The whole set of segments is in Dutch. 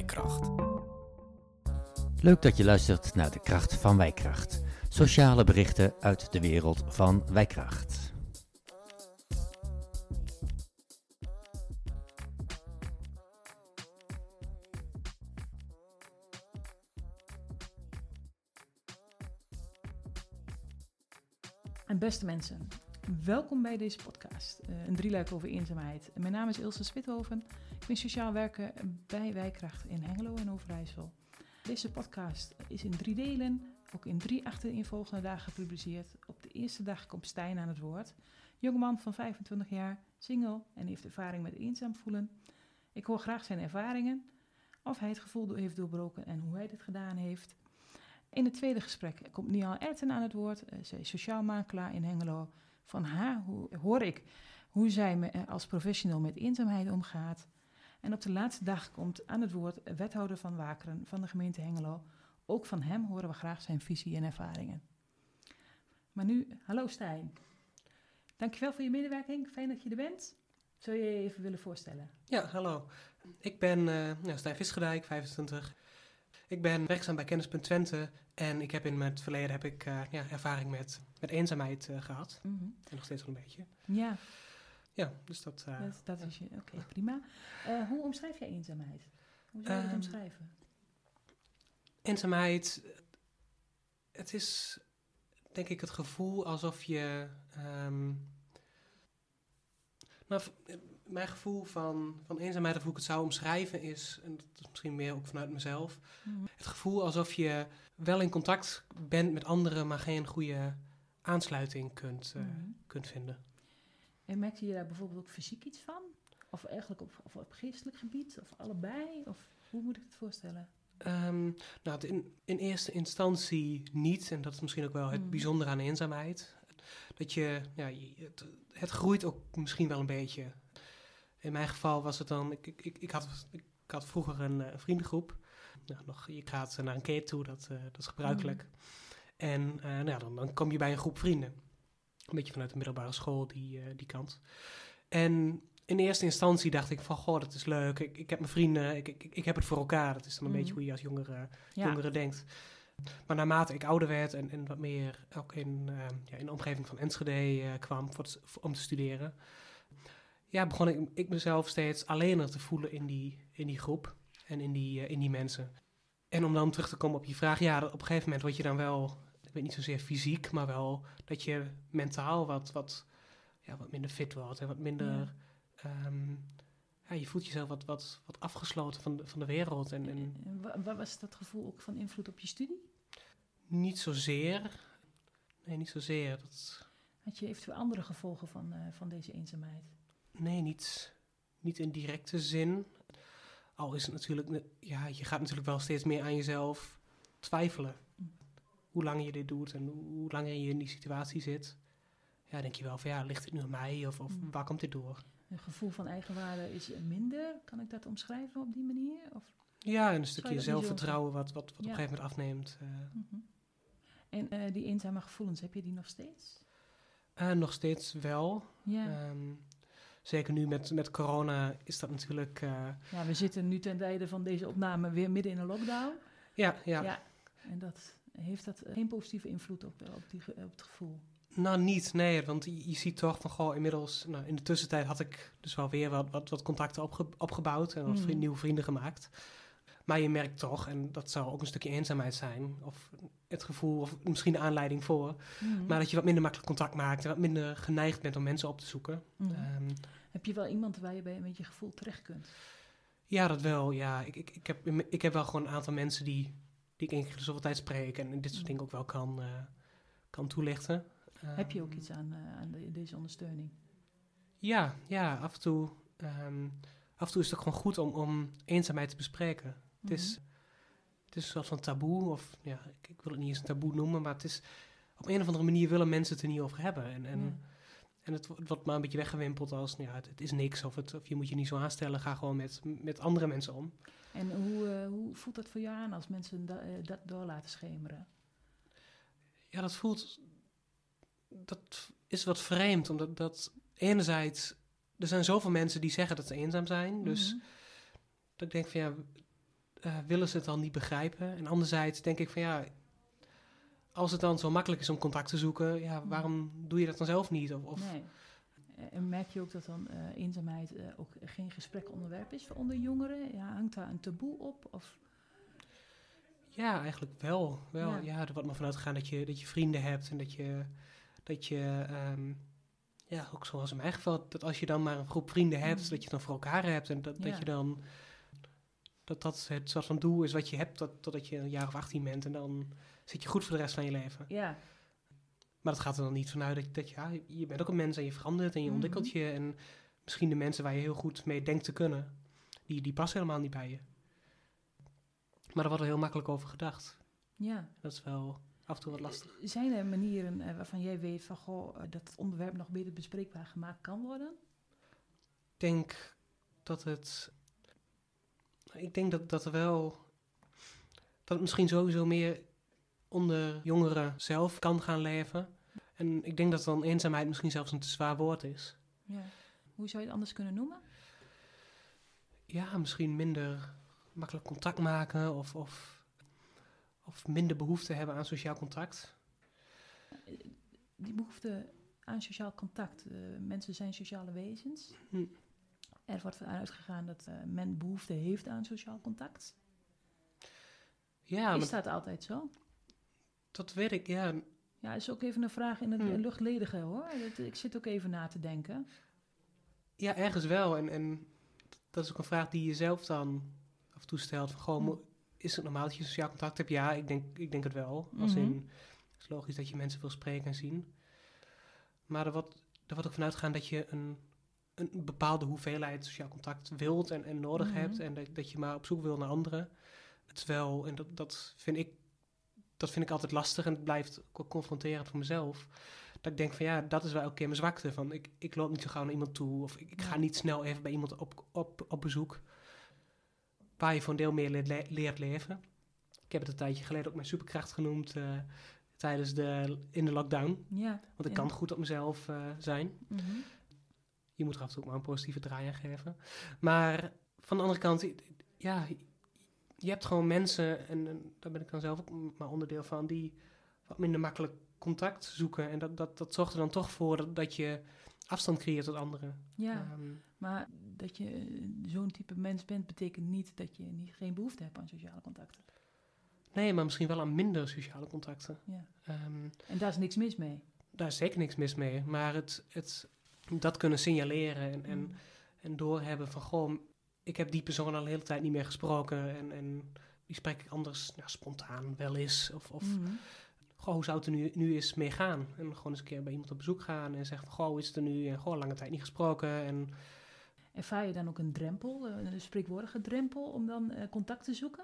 Wijkracht. Leuk dat je luistert naar de kracht van Wijkracht. Sociale berichten uit de wereld van Wijkracht. En beste mensen, welkom bij deze podcast. Een drieluik over eenzaamheid. Mijn naam is Ilse Spithoven. Ik ben sociaal werker bij Wijkracht in Hengelo en Overijssel. Deze podcast is in 3 delen, ook in 3 achtereenvolgende dagen gepubliceerd. Op de eerste dag komt Stijn aan het woord. Jongeman van 25 jaar, single en heeft ervaring met eenzaam voelen. Ik hoor graag zijn ervaringen, of hij het gevoel heeft doorbroken en hoe hij dit gedaan heeft. In het tweede gesprek komt Niall Erten aan het woord. Zij is sociaal makelaar in Hengelo. Van haar hoor ik hoe zij als professional met eenzaamheid omgaat. En op de laatste dag komt aan het woord wethouder van Wakeren van de gemeente Hengelo. Ook van hem horen we graag zijn visie en ervaringen. Maar nu, hallo Stijn. Dankjewel voor je medewerking. Fijn dat je er bent. Zou je je even willen voorstellen? Ja, hallo. Ik ben Stijn Visgedijk, 25. Ik ben werkzaam bij Kennispunt Twente en ik heb in het verleden ervaring met eenzaamheid gehad. Mm-hmm. En nog steeds wel een beetje. Ja. Ja, dus dat... dat is je. Oké, prima. Hoe omschrijf jij eenzaamheid? Hoe zou je het omschrijven? Eenzaamheid, het is denk ik het gevoel alsof je... mijn gevoel van eenzaamheid, of hoe ik het zou omschrijven, is, en dat is misschien meer ook vanuit mezelf, het gevoel alsof je wel in contact bent met anderen, maar geen goede aansluiting kunt vinden. En merkte je daar bijvoorbeeld ook fysiek iets van? Of eigenlijk op geestelijk gebied? Of allebei? Of hoe moet ik het voorstellen? In eerste instantie niet, en dat is misschien ook wel het bijzondere aan eenzaamheid. Dat het groeit ook misschien wel een beetje. In mijn geval was het dan, ik had vroeger een vriendengroep. Je gaat naar een keer toe, dat is gebruikelijk. En dan kom je bij een groep vrienden. Een beetje vanuit de middelbare school, die kant. En in eerste instantie dacht ik van, goh, dat is leuk. Ik heb mijn vrienden, ik heb het voor elkaar. Dat is dan een beetje hoe je als jongere denkt. Maar naarmate ik ouder werd en wat meer ook in de omgeving van Enschede kwam om te studeren, begon ik mezelf steeds alleener te voelen in die groep en in die mensen. En om dan terug te komen op je vraag, op een gegeven moment word je dan wel, ik weet niet zozeer fysiek, maar wel dat je mentaal wat minder fit wordt en wat minder... je voelt jezelf wat afgesloten van de wereld. En wat was dat gevoel ook van invloed op je studie? Niet zozeer. Nee, niet zozeer. Had je eventueel andere gevolgen van deze eenzaamheid? Nee, niet in directe zin. Al is het natuurlijk... je gaat natuurlijk wel steeds meer aan jezelf twijfelen. Hoe langer je dit doet en hoe langer je in die situatie zit. Ja, denk je wel van ligt het nu aan mij of waar komt dit door? Een gevoel van eigenwaarde is minder. Kan ik dat omschrijven op die manier? Of ja, en een stukje zelfvertrouwen wat op een gegeven moment afneemt. En die eenzame gevoelens, heb je die nog steeds? Nog steeds wel. Ja. Zeker nu met corona is dat natuurlijk... we zitten nu ten tijde van deze opname weer midden in een lockdown. Ja. En heeft dat geen positieve invloed op het gevoel? Nou, niet, nee. Want je ziet toch van, inmiddels... in de tussentijd had ik dus wel weer wat contacten opgebouwd en wat nieuwe vrienden gemaakt. Maar je merkt toch, en dat zou ook een stukje eenzaamheid zijn, of het gevoel, of misschien de aanleiding voor, maar dat je wat minder makkelijk contact maakt en wat minder geneigd bent om mensen op te zoeken. Heb je wel iemand waar je met je gevoel terecht kunt? Ja, dat wel. Ja, ik heb wel gewoon een aantal mensen die ik één keer de zoveel tijd spreek en dit soort dingen ook wel kan toelichten. Heb je ook iets aan deze ondersteuning? Ja, af en toe. Af en toe is het ook gewoon goed om eenzaamheid te bespreken. Het is een soort van taboe, of ik wil het niet eens een taboe noemen, maar het is op een of andere manier willen mensen het er niet over hebben. En het wordt maar een beetje weggewimpeld als, het is niks, of je moet je niet zo aanstellen, ga gewoon met andere mensen om. En hoe voelt dat voor jou aan als mensen dat door laten schemeren? Ja, dat is wat vreemd, omdat dat enerzijds, er zijn zoveel mensen die zeggen dat ze eenzaam zijn, dus dat ik denk van willen ze het dan niet begrijpen. En anderzijds denk ik van ja, als het dan zo makkelijk is om contact te zoeken, ja, waarom doe je dat dan zelf niet? Nee. En merk je ook dat dan eenzaamheid ook geen gesprekonderwerp is voor onder jongeren? Ja, hangt daar een taboe op? Of? Ja, eigenlijk wel. Ja, er wordt maar vanuit gegaan dat je vrienden hebt en dat je ook zoals in mijn geval, dat als je dan maar een groep vrienden hebt, dat je het dan voor elkaar hebt en dat je dan dat het soort van doel is wat je hebt totdat je een jaar of 18 bent en dan zit je goed voor de rest van je leven. Ja. Maar dat gaat er dan niet vanuit dat je bent ook een mens en je verandert en je ontwikkelt je en misschien de mensen waar je heel goed mee denkt te kunnen, die passen helemaal niet bij je. Maar er wordt er heel makkelijk over gedacht. Ja. Dat is wel af en toe wat lastig. Zijn er manieren waarvan jij weet van dat het onderwerp nog beter bespreekbaar gemaakt kan worden? Ik denk dat er wel dat het misschien sowieso meer onder jongeren zelf kan gaan leven. En ik denk dat dan eenzaamheid misschien zelfs een te zwaar woord is. Ja. Hoe zou je het anders kunnen noemen? Ja, misschien minder makkelijk contact maken of minder behoefte hebben aan sociaal contact. Die behoefte aan sociaal contact. Mensen zijn sociale wezens. Er wordt van uitgegaan dat men behoefte heeft aan sociaal contact. Ja, is dat altijd zo? Dat weet ik, ja. Ja, is ook even een vraag in het luchtledige, hoor. Ik zit ook even na te denken. Ja, ergens wel. En dat is ook een vraag die je zelf dan af en toe stelt. Van, is het normaal dat je sociaal contact hebt? Ja, ik denk het wel. Als in, het is logisch dat je mensen wil spreken en zien. Maar er wordt ook vanuit gegaan dat je een bepaalde hoeveelheid sociaal contact wilt en nodig hebt. En dat je maar op zoek wil naar anderen. Terwijl, en dat vind ik altijd lastig en het blijft confronterend voor mezelf. Dat ik denk van ja, dat is wel elke keer mijn zwakte. Van ik loop niet zo gauw naar iemand toe of ik ga niet snel even bij iemand op bezoek. Waar je voor een deel meer leert leven. Ik heb het een tijdje geleden ook mijn superkracht genoemd tijdens in de lockdown. Ja, want ik kan goed op mezelf zijn. Mm-hmm. Je moet er af en toe ook maar een positieve draai aan geven. Maar van de andere kant, ja, je hebt gewoon mensen, en daar ben ik dan zelf ook maar onderdeel van, die wat minder makkelijk contact zoeken. En dat zorgt er dan toch voor dat je afstand creëert tot anderen. Ja, maar dat je zo'n type mens bent, betekent niet dat je geen behoefte hebt aan sociale contacten. Nee, maar misschien wel aan minder sociale contacten. Ja. En daar is niks mis mee? Daar is zeker niks mis mee. Maar dat kunnen signaleren en doorhebben van, goh, ik heb die persoon al de hele tijd niet meer gesproken en die spreek ik anders spontaan wel eens. Of goh, hoe zou het er nu eens mee gaan? En gewoon eens een keer bij iemand op bezoek gaan en zeggen van, goh, hoe is het er nu? En gewoon lange tijd niet gesproken. En ervaar je dan ook een drempel, een spreekwoordige drempel, om dan contact te zoeken?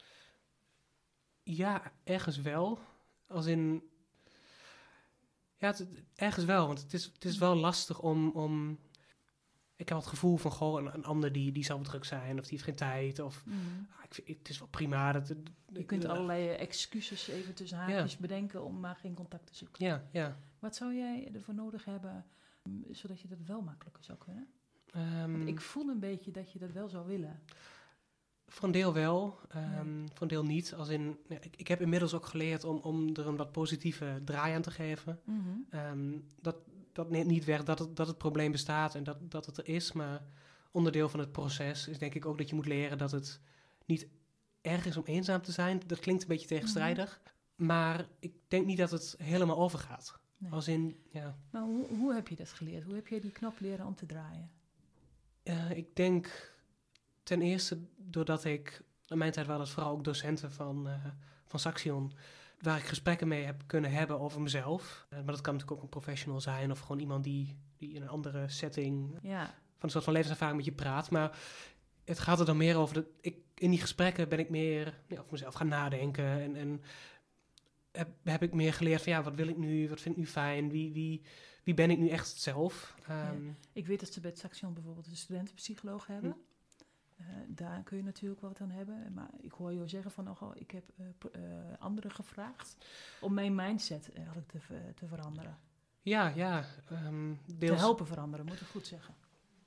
Ja, ergens wel. Als in, ja, ergens wel, want het is wel lastig om ik heb het gevoel van, goh, een ander die zal druk zijn of die heeft geen tijd. Of het is wel prima. Je kunt allerlei excuses even tussen haakjes bedenken om maar geen contact te zoeken. Ja. Wat zou jij ervoor nodig hebben, zodat je dat wel makkelijker zou kunnen? Want ik voel een beetje dat je dat wel zou willen. Voor een deel wel, voor een deel niet. Als in, ik heb inmiddels ook geleerd om er een wat positieve draai aan te geven. Dat neemt niet weg dat het probleem bestaat en dat het er is. Maar onderdeel van het proces is denk ik ook dat je moet leren dat het niet erg is om eenzaam te zijn. Dat klinkt een beetje tegenstrijdig. Maar ik denk niet dat het helemaal overgaat. Nee. Als in, ja. Maar hoe heb je dat geleerd? Hoe heb je die knop leren om te draaien? Ik denk ten eerste doordat ik, in mijn tijd waren dat vooral ook docenten van Saxion, waar ik gesprekken mee heb kunnen hebben over mezelf. Maar dat kan natuurlijk ook een professional zijn of gewoon iemand die in een andere setting van een soort van levenservaring met je praat. Maar het gaat er dan meer over in die gesprekken ben ik meer over mezelf gaan nadenken en heb ik meer geleerd van wat wil ik nu, wat vind ik nu fijn, wie ben ik nu echt zelf. Ik weet dat ze bij het Saxion bijvoorbeeld een studentenpsycholoog hebben. Daar kun je natuurlijk wel wat aan hebben. Maar ik hoor jou zeggen van, ik heb anderen gevraagd om mijn mindset eigenlijk te veranderen. Ja. Deels, te helpen veranderen, moet ik goed zeggen.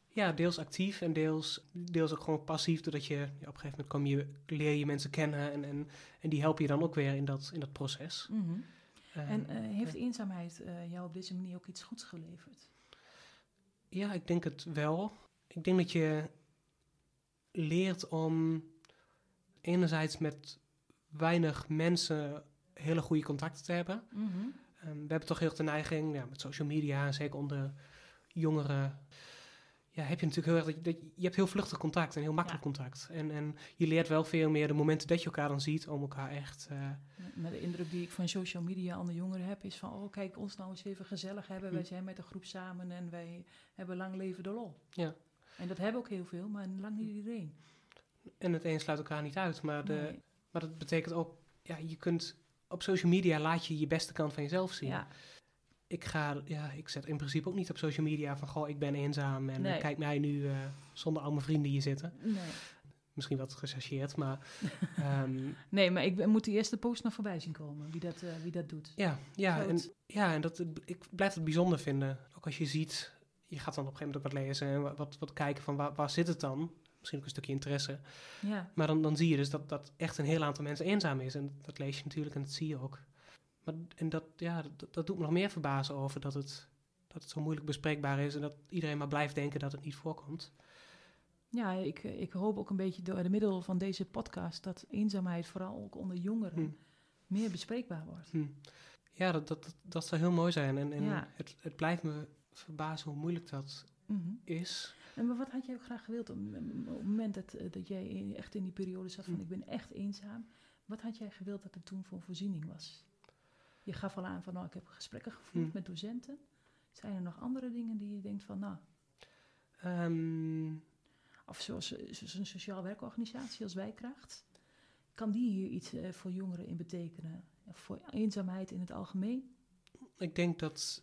Ja, deels actief en deels ook gewoon passief. Doordat je op een gegeven moment leer je mensen kennen en die helpen je dan ook weer in dat proces. Mm-hmm. En heeft eenzaamheid jou op deze manier ook iets goeds geleverd? Ja, ik denk het wel. Ik denk dat je leert om enerzijds met weinig mensen hele goede contacten te hebben. Mm-hmm. We hebben toch heel erg de neiging, met social media, en zeker onder jongeren, heb je natuurlijk heel erg je hebt heel vluchtig contact en heel makkelijk contact. En je leert wel veel meer de momenten dat je elkaar dan ziet om elkaar echt... Maar de indruk die ik van social media aan de jongeren heb is van, kijk, ons nou eens even gezellig hebben. Wij zijn met een groep samen en wij hebben lang leven de lol. Ja. En dat hebben ook heel veel, maar lang niet iedereen. En het een sluit elkaar niet uit, maar dat betekent ook, je kunt op social media laat je beste kant van jezelf zien. Ja. Ik zet in principe ook niet op social media van, ik ben eenzaam en kijk mij nu zonder al mijn vrienden hier zitten. Nee. Misschien wat gechargeerd, maar... nee, maar ik moet die eerste post nog voorbij zien komen, wie dat doet. En ik blijf het bijzonder vinden. Ook als je ziet, je gaat dan op een gegeven moment ook wat lezen en wat kijken van waar zit het dan? Misschien ook een stukje interesse. Ja. Maar dan zie je dus dat echt een heel aantal mensen eenzaam is. En dat lees je natuurlijk en dat zie je ook. Dat doet me nog meer verbazen over dat het zo moeilijk bespreekbaar is en dat iedereen maar blijft denken dat het niet voorkomt. Ja, ik hoop ook een beetje door de middel van deze podcast dat eenzaamheid vooral ook onder jongeren meer bespreekbaar wordt. Ja, dat zou heel mooi zijn. En het blijft me verbazen hoe moeilijk dat is. En wat had jij ook graag gewild op het moment dat jij echt in die periode zat van ik ben echt eenzaam. Wat had jij gewild dat er toen voor voorziening was? Je gaf al aan van ik heb gesprekken gevoerd met docenten. Zijn er nog andere dingen die je denkt van of zoals een sociaal werkorganisatie als Wijkracht. Kan die hier iets voor jongeren in betekenen? Of voor eenzaamheid in het algemeen? Ik denk dat...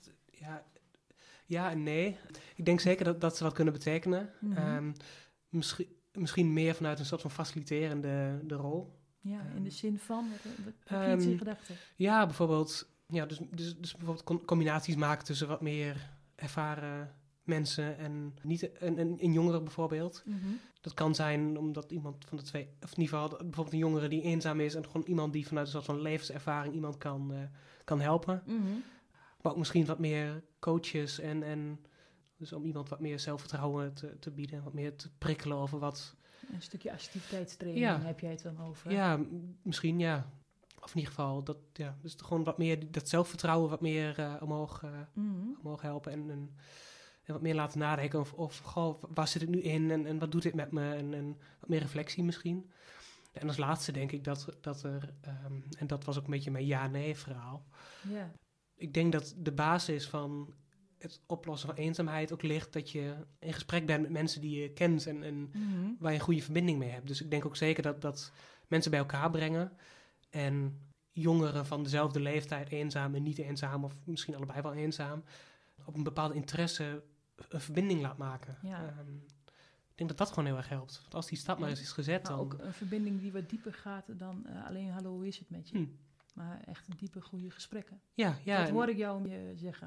Ja en nee. Ik denk zeker dat ze wat kunnen betekenen. Mm-hmm. Misschien meer vanuit een soort van faciliterende rol. Ja, in de zin van, wat heb je iets in gedachten? Ja, bijvoorbeeld... Ja, dus bijvoorbeeld combinaties maken tussen wat meer ervaren mensen en niet een jongere bijvoorbeeld. Mm-hmm. Dat kan zijn omdat iemand van de twee... Of in ieder geval bijvoorbeeld een jongere die eenzaam is en gewoon iemand die vanuit een soort van levenservaring iemand kan helpen. Mm-hmm. Maar ook misschien wat meer coaches en dus om iemand wat meer zelfvertrouwen te bieden. Wat meer te prikkelen over wat... Een stukje assertiviteitstraining heb jij het dan over? Ja, misschien ja. Of in ieder geval, dus gewoon wat meer dat zelfvertrouwen wat meer omhoog helpen. En wat meer laten nadenken of waar zit het nu in en wat doet dit met me? En wat meer reflectie misschien. En als laatste denk ik dat er, en dat was ook een beetje mijn ja-nee verhaal. Ja. Ik denk dat de basis van het oplossen van eenzaamheid ook ligt dat je in gesprek bent met mensen die je kent en waar je een goede verbinding mee hebt. Dus ik denk ook zeker dat mensen bij elkaar brengen en jongeren van dezelfde leeftijd, eenzaam en niet eenzaam of misschien allebei wel eenzaam, op een bepaalde interesse een verbinding laat maken. Ja. Ik denk dat gewoon heel erg helpt. Want als die stap maar eens is gezet, maar dan... ook een verbinding die wat dieper gaat dan alleen hallo, hoe is het met je? Maar echt een diepe, goede gesprekken. Ja. Dat hoor ik jou zeggen.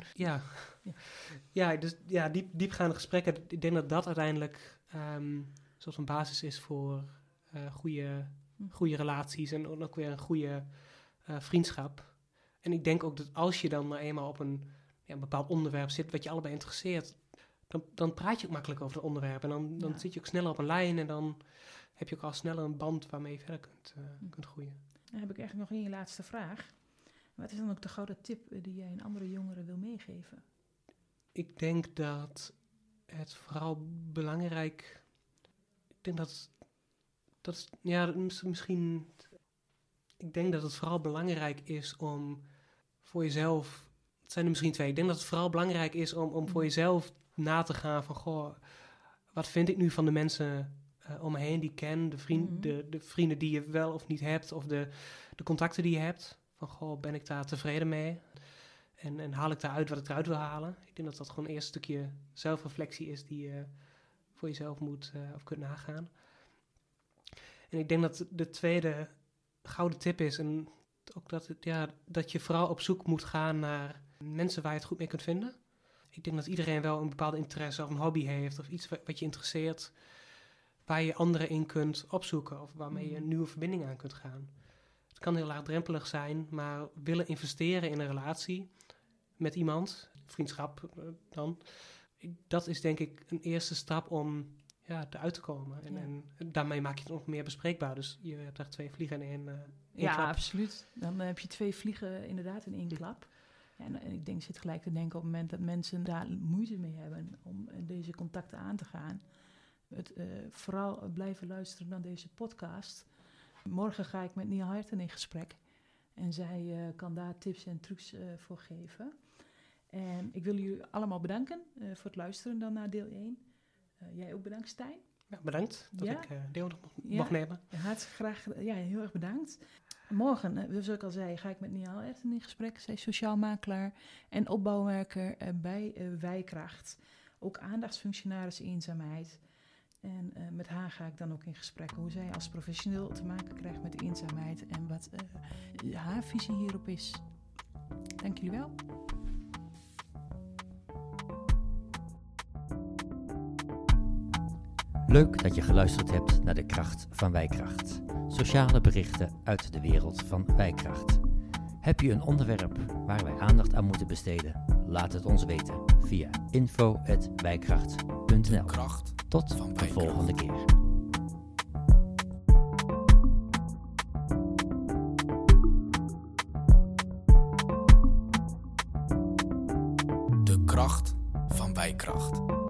Dus diepgaande gesprekken. Ik denk dat uiteindelijk een soort van basis is voor goede relaties en ook weer een goede vriendschap. En ik denk ook dat als je dan maar eenmaal op een bepaald onderwerp zit wat je allebei interesseert, dan praat je ook makkelijk over het onderwerp. En dan zit je ook sneller op een lijn en dan heb je ook al sneller een band waarmee je verder kunt groeien. Dan heb ik eigenlijk nog één laatste vraag. Wat is dan ook de gouden tip die jij een andere jongeren wil meegeven? Ik denk dat het vooral belangrijk... Ik denk dat het vooral belangrijk is om voor jezelf... Het zijn er misschien twee. Ik denk dat het vooral belangrijk is om voor jezelf na te gaan van... wat vind ik nu van de mensen om me heen die ik ken? De vrienden die je wel of niet hebt of de contacten die je hebt. Van, ben ik daar tevreden mee? En haal ik daaruit wat ik eruit wil halen? Ik denk dat dat gewoon eerst een stukje zelfreflectie is die je voor jezelf moet of kunt nagaan. En ik denk dat de tweede gouden tip is... en ook dat je vooral op zoek moet gaan naar mensen waar je het goed mee kunt vinden. Ik denk dat iedereen wel een bepaalde interesse of een hobby heeft of iets wat je interesseert, waar je anderen in kunt opzoeken of waarmee je een nieuwe verbinding aan kunt gaan. Het kan heel laagdrempelig zijn, maar willen investeren in een relatie met iemand, vriendschap dan, dat is denk ik een eerste stap om eruit te komen. En daarmee maak je het nog meer bespreekbaar. Dus je hebt echt 2 vliegen in één klap. Absoluut. Dan heb je 2 vliegen inderdaad in één klap. Ja, en ik denk, zit gelijk te denken op het moment dat mensen daar moeite mee hebben om deze contacten aan te gaan. Vooral blijven luisteren naar deze podcast. Morgen ga ik met Nia Herten in gesprek. En zij kan daar tips en trucs voor geven. En ik wil jullie allemaal bedanken voor het luisteren dan naar deel 1. Jij ook bedankt, Stijn. Ja, bedankt dat ik deel mag nemen. Hartstikke graag. Ja, heel erg bedankt. Morgen, zoals ik al zei, ga ik met Nia Herten in gesprek. Zij is sociaal makelaar en opbouwwerker bij Wijkracht. Ook aandachtsfunctionaris eenzaamheid. En met haar ga ik dan ook in gesprek hoe zij als professioneel te maken krijgt met eenzaamheid en wat haar visie hierop is. Dank jullie wel. Leuk dat je geluisterd hebt naar de Kracht van Wijkracht. Sociale berichten uit de wereld van Wijkracht. Heb je een onderwerp waar wij aandacht aan moeten besteden? Laat het ons weten via info@wijkracht.nl. Tot de volgende keer. De kracht van Wijkracht.